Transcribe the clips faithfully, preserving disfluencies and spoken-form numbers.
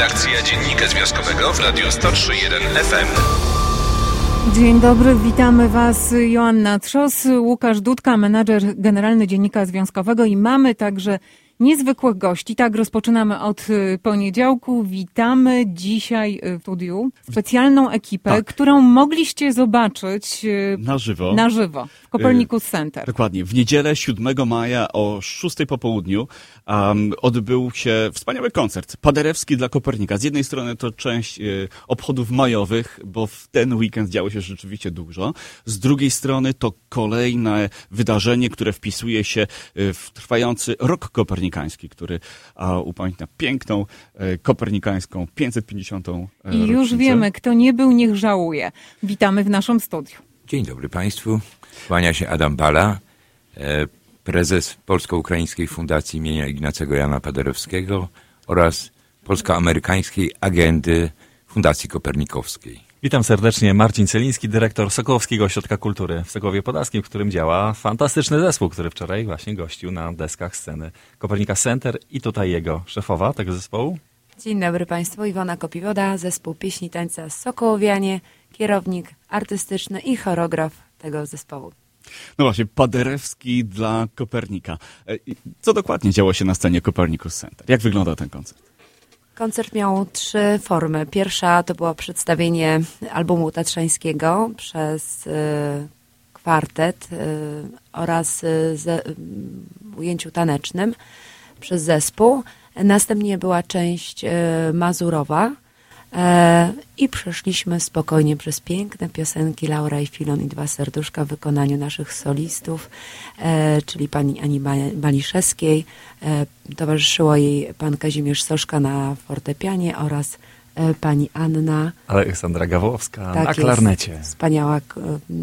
Redakcja Dziennika Związkowego w Radiu sto trzy przecinek jeden F M. Dzień dobry, witamy Was. Joanna Trzos, Łukasz Dudka, menadżer generalny Dziennika Związkowego i mamy także niezwykłych gości. Tak, rozpoczynamy od poniedziałku. Witamy dzisiaj w studiu specjalną ekipę, tak, którą mogliście zobaczyć na żywo, na żywo w Copernicus Center. Dokładnie. W niedzielę siódmego maja o szóstej po południu um, odbył się wspaniały koncert Paderewski dla Kopernika. Z jednej strony to część y, obchodów majowych, bo w ten weekend działo się rzeczywiście dużo. Z drugiej strony to kolejne wydarzenie, które wpisuje się w trwający rok Kopernika, który a, upamiętnia piękną e, kopernikańską pięćset pięćdziesiątą e, I już rocznicę. wiemy, kto nie był, niech żałuje. Witamy w naszym studiu. Dzień dobry Państwu. Kłania się Adam Bala, e, prezes Polsko-Ukraińskiej Fundacji imienia Ignacego Jana Paderewskiego oraz Polsko-Amerykańskiej Agendy Fundacji Kopernikowskiej. Witam serdecznie, Marcin Celiński, dyrektor Sokołowskiego Ośrodka Kultury w Sokołowie Podlaskim, w którym działa fantastyczny zespół, który wczoraj właśnie gościł na deskach sceny Copernicus Center i tutaj jego szefowa tego zespołu. Dzień dobry Państwu, Iwona Kopiwoda, zespół pieśni i tańca Sokołowianie, kierownik artystyczny i choreograf tego zespołu. No właśnie, Paderewski dla Kopernika. Co dokładnie działo się na scenie Copernicus Center? Jak wygląda ten koncert? Koncert miał trzy formy. Pierwsza to było przedstawienie albumu tatrzańskiego przez y, kwartet y, oraz y, z, y, ujęciu tanecznym przez zespół. Następnie była część y, mazurowa y, i przeszliśmy spokojnie przez piękne piosenki Laura i Filon i Dwa Serduszka w wykonaniu naszych solistów, y, czyli pani Ani Maliszewskiej. Towarzyszyło jej pan Kazimierz Soszka na fortepianie oraz e, pani Anna. Aleksandra Gawłowska tak na klarnecie. Jest, wspaniała k-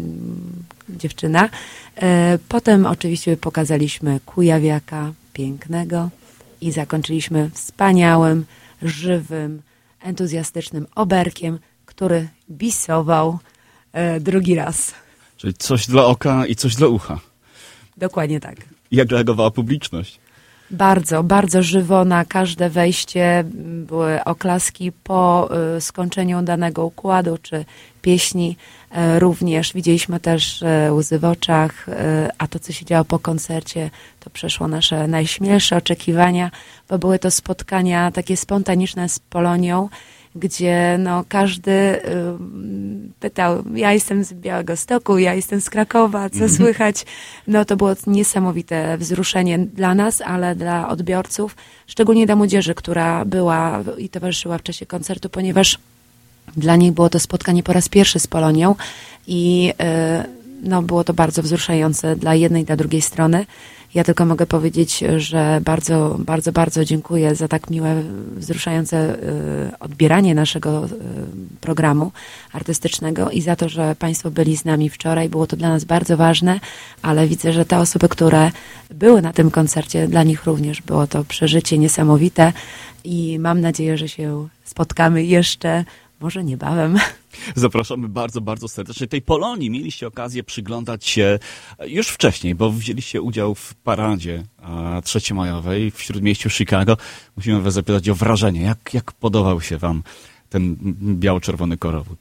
dziewczyna. E, potem oczywiście pokazaliśmy Kujawiaka pięknego i zakończyliśmy wspaniałym, żywym, entuzjastycznym oberkiem, który bisował e, drugi raz. Czyli coś dla oka i coś dla ucha. Dokładnie tak. Jak reagowała publiczność? Bardzo, bardzo żywo na każde wejście były oklaski po y, skończeniu danego układu czy pieśni. Y, również widzieliśmy też y, łzy w oczach, y, a to, co się działo po koncercie, to przeszło nasze najśmielsze oczekiwania, bo były to spotkania takie spontaniczne z Polonią, gdzie no, każdy y, pytał, ja jestem z Białegostoku, ja jestem z Krakowa, co mm-hmm. słychać? No to było niesamowite wzruszenie dla nas, ale dla odbiorców, szczególnie dla młodzieży, która była i towarzyszyła w czasie koncertu, ponieważ dla nich było to spotkanie po raz pierwszy z Polonią i y, no, było to bardzo wzruszające dla jednej i dla drugiej strony. Ja tylko mogę powiedzieć, że bardzo, bardzo, bardzo dziękuję za tak miłe, wzruszające y, odbieranie naszego y, programu artystycznego i za to, że Państwo byli z nami wczoraj. Było to dla nas bardzo ważne, ale widzę, że te osoby, które były na tym koncercie, dla nich również było to przeżycie niesamowite i mam nadzieję, że się spotkamy jeszcze może niebawem. Zapraszamy bardzo, bardzo serdecznie. Tej Polonii mieliście okazję przyglądać się już wcześniej, bo wzięliście udział w paradzie trzeciomajowej w śródmieściu Chicago. Musimy was zapytać o wrażenie. Jak, jak podobał się wam ten biało-czerwony korowód?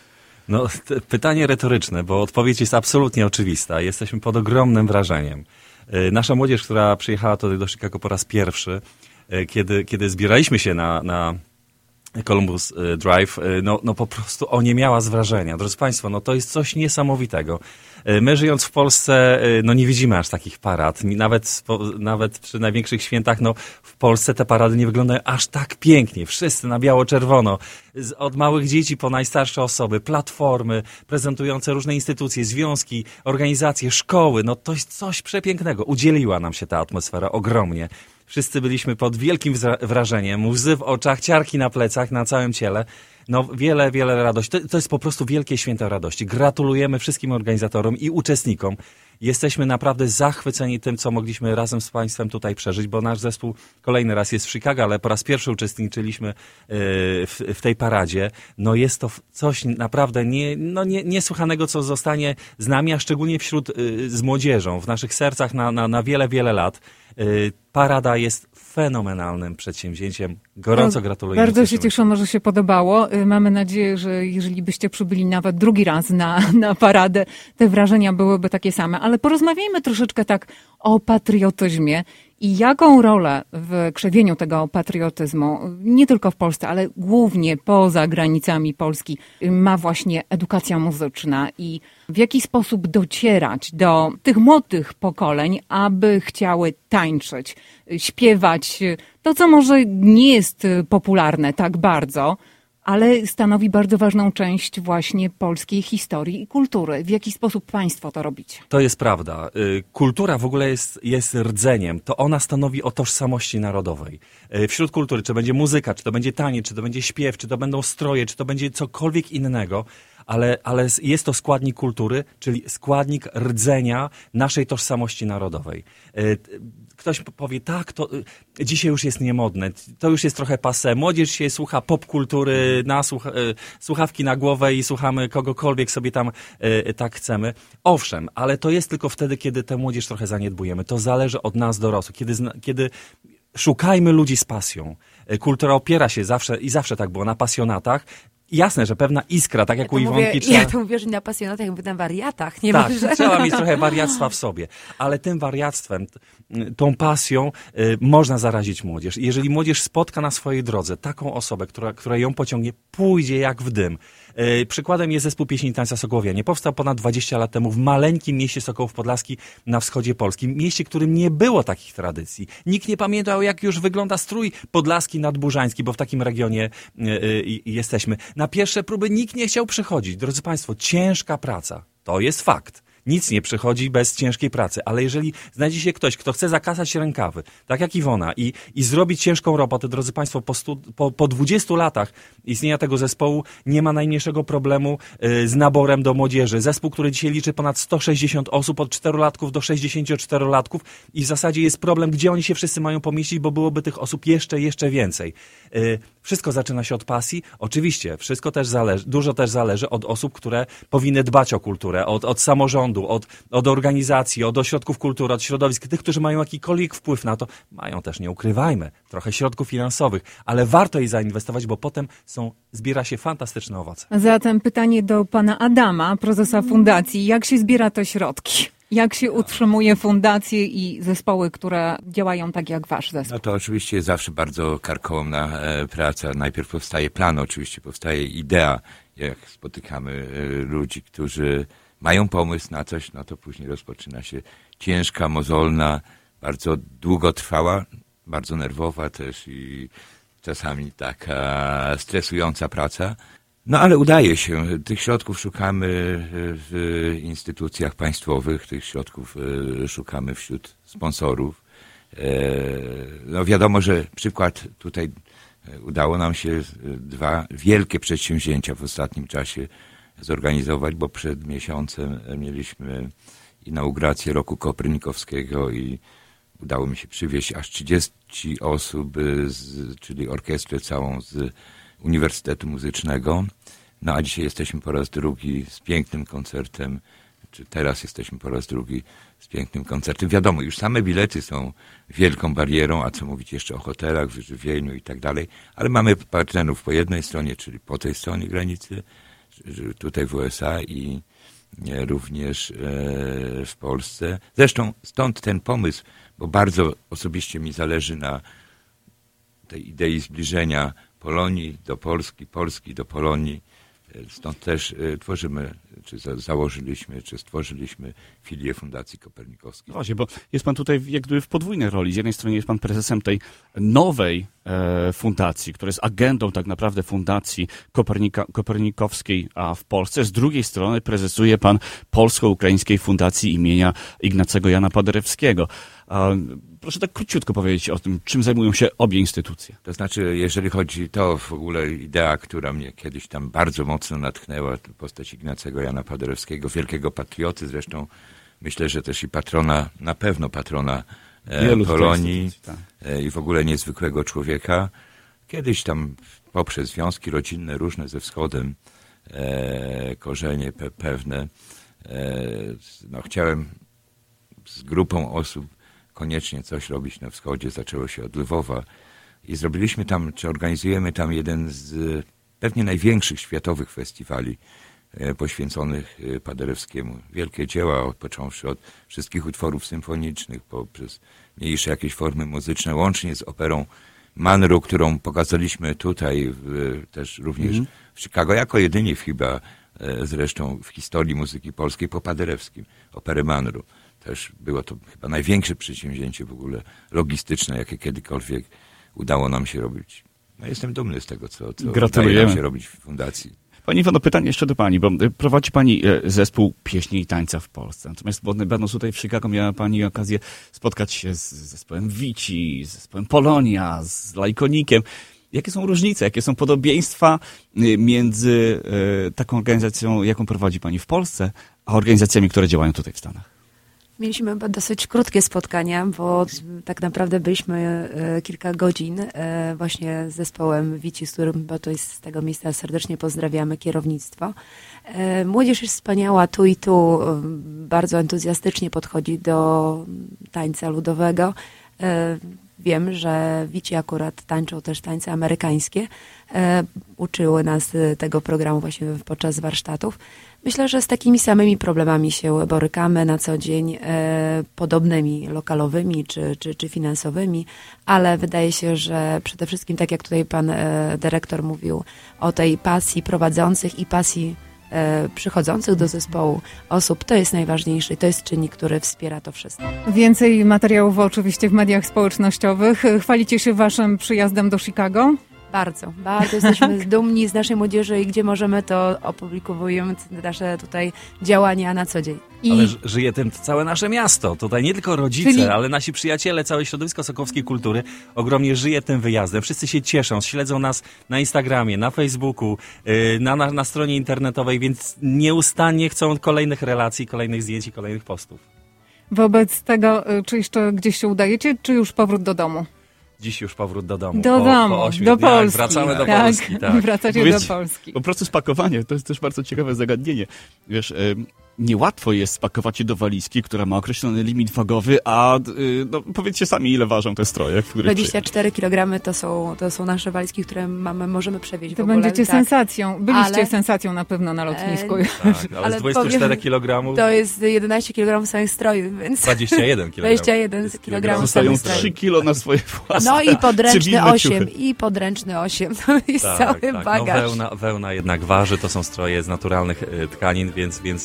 No, pytanie retoryczne, bo odpowiedź jest absolutnie oczywista. Jesteśmy pod ogromnym wrażeniem. Nasza młodzież, która przyjechała tutaj do Chicago po raz pierwszy, kiedy, kiedy zbieraliśmy się na... na Columbus Drive, no, no po prostu oniemiała z wrażenia. Drodzy Państwo, no to jest coś niesamowitego. My żyjąc w Polsce, no nie widzimy aż takich parad. Nawet, nawet przy największych świętach, no w Polsce te parady nie wyglądają aż tak pięknie. Wszyscy na biało-czerwono. Od małych dzieci po najstarsze osoby, platformy prezentujące różne instytucje, związki, organizacje, szkoły. No to jest coś przepięknego. Udzieliła nam się ta atmosfera ogromnie. Wszyscy byliśmy pod wielkim wrażeniem, łzy w oczach, ciarki na plecach, na całym ciele. No wiele, wiele radości. To, to jest po prostu wielkie święto radości. Gratulujemy wszystkim organizatorom i uczestnikom. Jesteśmy naprawdę zachwyceni tym, co mogliśmy razem z Państwem tutaj przeżyć, bo nasz zespół kolejny raz jest w Chicago, ale po raz pierwszy uczestniczyliśmy w, w tej paradzie. No jest to coś naprawdę nie, no nie, niesłychanego, co zostanie z nami, a szczególnie wśród z młodzieżą, w naszych sercach na, na, na wiele, wiele lat. Parada jest fenomenalnym przedsięwzięciem. Gorąco No, gratuluję. Bardzo się cieszymy, że się podobało. Mamy nadzieję, że jeżeli byście przybyli nawet drugi raz na, na paradę, te wrażenia byłyby takie same. Ale porozmawiajmy troszeczkę tak o patriotyzmie i jaką rolę w krzewieniu tego patriotyzmu, nie tylko w Polsce, ale głównie poza granicami Polski, ma właśnie edukacja muzyczna i w jaki sposób docierać do tych młodych pokoleń, aby chciały tańczyć, śpiewać to, co może nie jest popularne tak bardzo, ale stanowi bardzo ważną część właśnie polskiej historii i kultury. W jaki sposób państwo to robicie? To jest prawda. Kultura w ogóle jest, jest rdzeniem. To ona stanowi o tożsamości narodowej. Wśród kultury, czy to będzie muzyka, czy to będzie taniec, czy to będzie śpiew, czy to będą stroje, czy to będzie cokolwiek innego, ale, ale jest to składnik kultury, czyli składnik rdzenia naszej tożsamości narodowej. Ktoś powie, tak, to dzisiaj już jest niemodne, to już jest trochę passé. Młodzież się słucha popkultury, na słuch, słuchawki na głowę i słuchamy kogokolwiek sobie tam e, tak chcemy. Owszem, ale to jest tylko wtedy, kiedy tę młodzież trochę zaniedbujemy. To zależy od nas dorosłych. Kiedy, kiedy szukajmy ludzi z pasją. Kultura opiera się zawsze i zawsze tak było na pasjonatach. Jasne, że pewna iskra, tak jak ja u Iwonki... Mówię, trzeba... Ja to mówię, że na pasjonatach, jakby na wariatach. Nie tak, może. trzeba mieć trochę wariactwa w sobie. Ale tym wariactwem, tą pasją y, można zarazić młodzież. Jeżeli młodzież spotka na swojej drodze taką osobę, która, która ją pociągnie, pójdzie jak w dym. Y, przykładem jest zespół pieśni i tańca Sokołowianie. Powstał ponad dwadzieścia lat temu w maleńkim mieście Sokołów Podlaski na wschodzie Polski. Mieście, w którym nie było takich tradycji. Nikt nie pamiętał, jak już wygląda strój podlaski nadburzański, bo w takim regionie y, y, jesteśmy. Na pierwsze próby nikt nie chciał przychodzić. Drodzy Państwo, ciężka praca. To jest fakt. Nic nie przychodzi bez ciężkiej pracy, ale jeżeli znajdzie się ktoś, kto chce zakasać rękawy, tak jak Iwona, i, i zrobić ciężką robotę, drodzy Państwo, po, stu, po, po dwudziestu latach istnienia tego zespołu nie ma najmniejszego problemu y, z naborem do młodzieży. Zespół, który dzisiaj liczy ponad sto sześćdziesiąt osób, od czterolatków do sześćdziesięcioczterolatków i w zasadzie jest problem, gdzie oni się wszyscy mają pomieścić, bo byłoby tych osób jeszcze, jeszcze więcej. Y, wszystko zaczyna się od pasji. Oczywiście, wszystko też zależy, dużo też zależy od osób, które powinny dbać o kulturę, od, od samorządu, Od, od organizacji, od ośrodków kultury, od środowisk, tych, którzy mają jakikolwiek wpływ na to, mają też, nie ukrywajmy, trochę środków finansowych, ale warto jej zainwestować, bo potem są, zbiera się fantastyczne owoce. Zatem pytanie do pana Adama, prezesa fundacji. Jak się zbiera te środki? Jak się utrzymuje fundacje i zespoły, które działają tak jak wasz zespół? No to oczywiście jest zawsze bardzo karkołomna e, praca. Najpierw powstaje plan, oczywiście powstaje idea, jak spotykamy e, ludzi, którzy mają pomysł na coś, no to później rozpoczyna się ciężka, mozolna, bardzo długotrwała, bardzo nerwowa też i czasami taka stresująca praca. No ale udaje się. Tych środków szukamy w instytucjach państwowych, tych środków szukamy wśród sponsorów. No wiadomo, że przykład tutaj udało nam się dwa wielkie przedsięwzięcia w ostatnim czasie zorganizować, bo przed miesiącem mieliśmy inaugurację Roku Kopernikowskiego i udało mi się przywieźć aż trzydzieści osób, z, czyli orkiestrę całą z Uniwersytetu Muzycznego. No a dzisiaj jesteśmy po raz drugi z pięknym koncertem, czy teraz jesteśmy po raz drugi z pięknym koncertem. Wiadomo, już same bilety są wielką barierą, a co mówić jeszcze o hotelach, wyżywieniu i tak dalej, ale mamy partnerów po jednej stronie, czyli po tej stronie granicy, tutaj w U S A i również w Polsce. Zresztą stąd ten pomysł, bo bardzo osobiście mi zależy na tej idei zbliżenia Polonii do Polski, Polski do Polonii. Stąd też tworzymy, czy za, założyliśmy, czy stworzyliśmy filię Fundacji Kopernikowskiej. Właśnie, bo jest pan tutaj jak gdyby w podwójnej roli. Z jednej strony jest pan prezesem tej nowej e, fundacji, która jest agendą tak naprawdę Fundacji Kopernika, Kopernikowskiej a w Polsce. Z drugiej strony prezesuje pan Polsko-Ukraińskiej Fundacji imienia Ignacego Jana Paderewskiego. A, proszę tak króciutko powiedzieć o tym, czym zajmują się obie instytucje. To znaczy, jeżeli chodzi to w ogóle idea, która mnie kiedyś tam bardzo mocno natchnęła, to postać Ignacego Jana Paderewskiego, wielkiego patrioty, zresztą myślę, że też i patrona, na pewno patrona e, Polonii tak. e, i w ogóle niezwykłego człowieka. Kiedyś tam poprzez związki rodzinne różne ze wschodem, e, korzenie pe, pewne, e, no chciałem z grupą osób koniecznie coś robić na wschodzie. Zaczęło się od Lwowa i zrobiliśmy tam, czy organizujemy tam jeden z pewnie największych światowych festiwali poświęconych Paderewskiemu. Wielkie dzieła, począwszy od wszystkich utworów symfonicznych, poprzez mniejsze jakieś formy muzyczne, łącznie z operą Manru, którą pokazaliśmy tutaj, w, też również mm. w Chicago, jako jedynie chyba e, zresztą w historii muzyki polskiej po Paderewskim, operę Manru. Też było to chyba największe przedsięwzięcie w ogóle logistyczne, jakie kiedykolwiek udało nam się robić. No, jestem dumny z tego, co, co udaje nam się robić w fundacji. Pani Iwono, pytanie jeszcze do Pani, bo prowadzi Pani zespół pieśni i tańca w Polsce. Natomiast będąc tutaj w Chicago miała Pani okazję spotkać się z zespołem Wici, z zespołem Polonia, z Lajkonikiem. Jakie są różnice, jakie są podobieństwa między taką organizacją, jaką prowadzi Pani w Polsce, a organizacjami, które działają tutaj w Stanach? Mieliśmy dosyć krótkie spotkania, bo tak naprawdę byliśmy kilka godzin właśnie z zespołem Wici, z którym bo to jest z tego miejsca serdecznie pozdrawiamy kierownictwo. Młodzież jest wspaniała, tu i tu bardzo entuzjastycznie podchodzi do tańca ludowego. Wiem, że Wici akurat tańczą też tańce amerykańskie. Uczyły nas tego programu właśnie podczas warsztatów. Myślę, że z takimi samymi problemami się borykamy na co dzień, e, podobnymi lokalowymi czy, czy, czy finansowymi, ale wydaje się, że przede wszystkim, tak jak tutaj pan e, dyrektor mówił, o tej pasji prowadzących i pasji e, przychodzących do zespołu osób, to jest najważniejszy, to jest czynnik, który wspiera to wszystko. Więcej materiałów oczywiście w mediach społecznościowych. Chwalicie się waszym przyjazdem do Chicago? Bardzo, bardzo jesteśmy dumni z naszej młodzieży i gdzie możemy, to opublikujemy nasze tutaj działania na co dzień. I... Ale żyje tym całe nasze miasto. Tutaj nie tylko rodzice, Czyli... ale nasi przyjaciele, całe środowisko Sokołowskiej Kultury ogromnie żyje tym wyjazdem. Wszyscy się cieszą, śledzą nas na Instagramie, na Facebooku, na, na, na stronie internetowej, więc nieustannie chcą kolejnych relacji, kolejnych zdjęć i kolejnych postów. Wobec tego, czy jeszcze gdzieś się udajecie, czy już powrót do domu? Dziś już powrót do domu. Do po, domu, po ośmiu do dniach Polski. Wracamy do tak, Polski. Tak, wracacie Wiecie, do Polski. Po prostu spakowanie, to jest też bardzo ciekawe zagadnienie. Wiesz, y, niełatwo jest spakować się do walizki, która ma określony limit wagowy, a y, no, powiedzcie sami, ile ważą te stroje, w których dwadzieścia cztery kilogramy to są, to są nasze walizki, które mamy, możemy przewieźć To w ogóle. będziecie tak. sensacją. Byliście ale, sensacją na pewno na lotnisku. E, tak, ale, ale z dwudziestu czterech kilogramów... To jest jedenaście kilogramów samych strojów, więc... dwadzieścia jeden kilogramów. dwadzieścia jeden kilogramów Zostają trzy kilo na swoje własne. No i podręczny osiem. ciuchy. I podręczny osiem. To jest tak, cały tak. bagaż. No, wełna, wełna jednak waży, to są stroje z naturalnych y, tkanin, więc, więc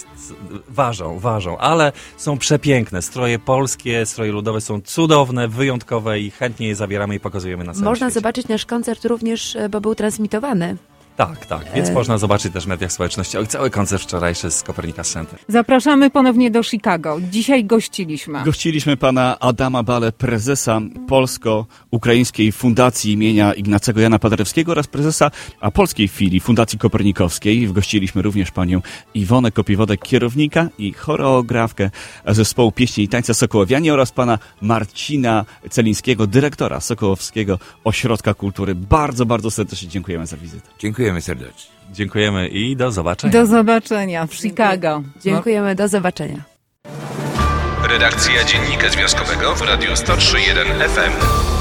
ważą, ważą, ale są przepiękne. Stroje polskie, stroje ludowe są cudowne, wyjątkowe i chętnie je zabieramy i pokazujemy na całym Można świecie. zobaczyć nasz koncert również, bo był transmitowany. Tak, tak, więc e... można zobaczyć też w mediach społecznościowych cały koncert wczorajszy z Copernicus Center. Zapraszamy ponownie do Chicago. Dzisiaj gościliśmy. Gościliśmy pana Adama Balę, prezesa Polsko-Ukraińskiej Fundacji imienia Ignacego Jana Paderewskiego oraz prezesa a polskiej filii Fundacji Kopernikowskiej. Gościliśmy również panią Iwonę Kopiewodę, kierownika i choreografkę zespołu pieśni i tańca Sokołowianie oraz pana Marcina Celińskiego, dyrektora Sokołowskiego Ośrodka Kultury. Bardzo, bardzo serdecznie dziękujemy za wizytę. Dziękujemy serdecznie. Dziękujemy i do zobaczenia. Do zobaczenia w Chicago. Dziękujemy, do zobaczenia. Redakcja Dziennika Związkowego w Radiu sto trzy jeden F M.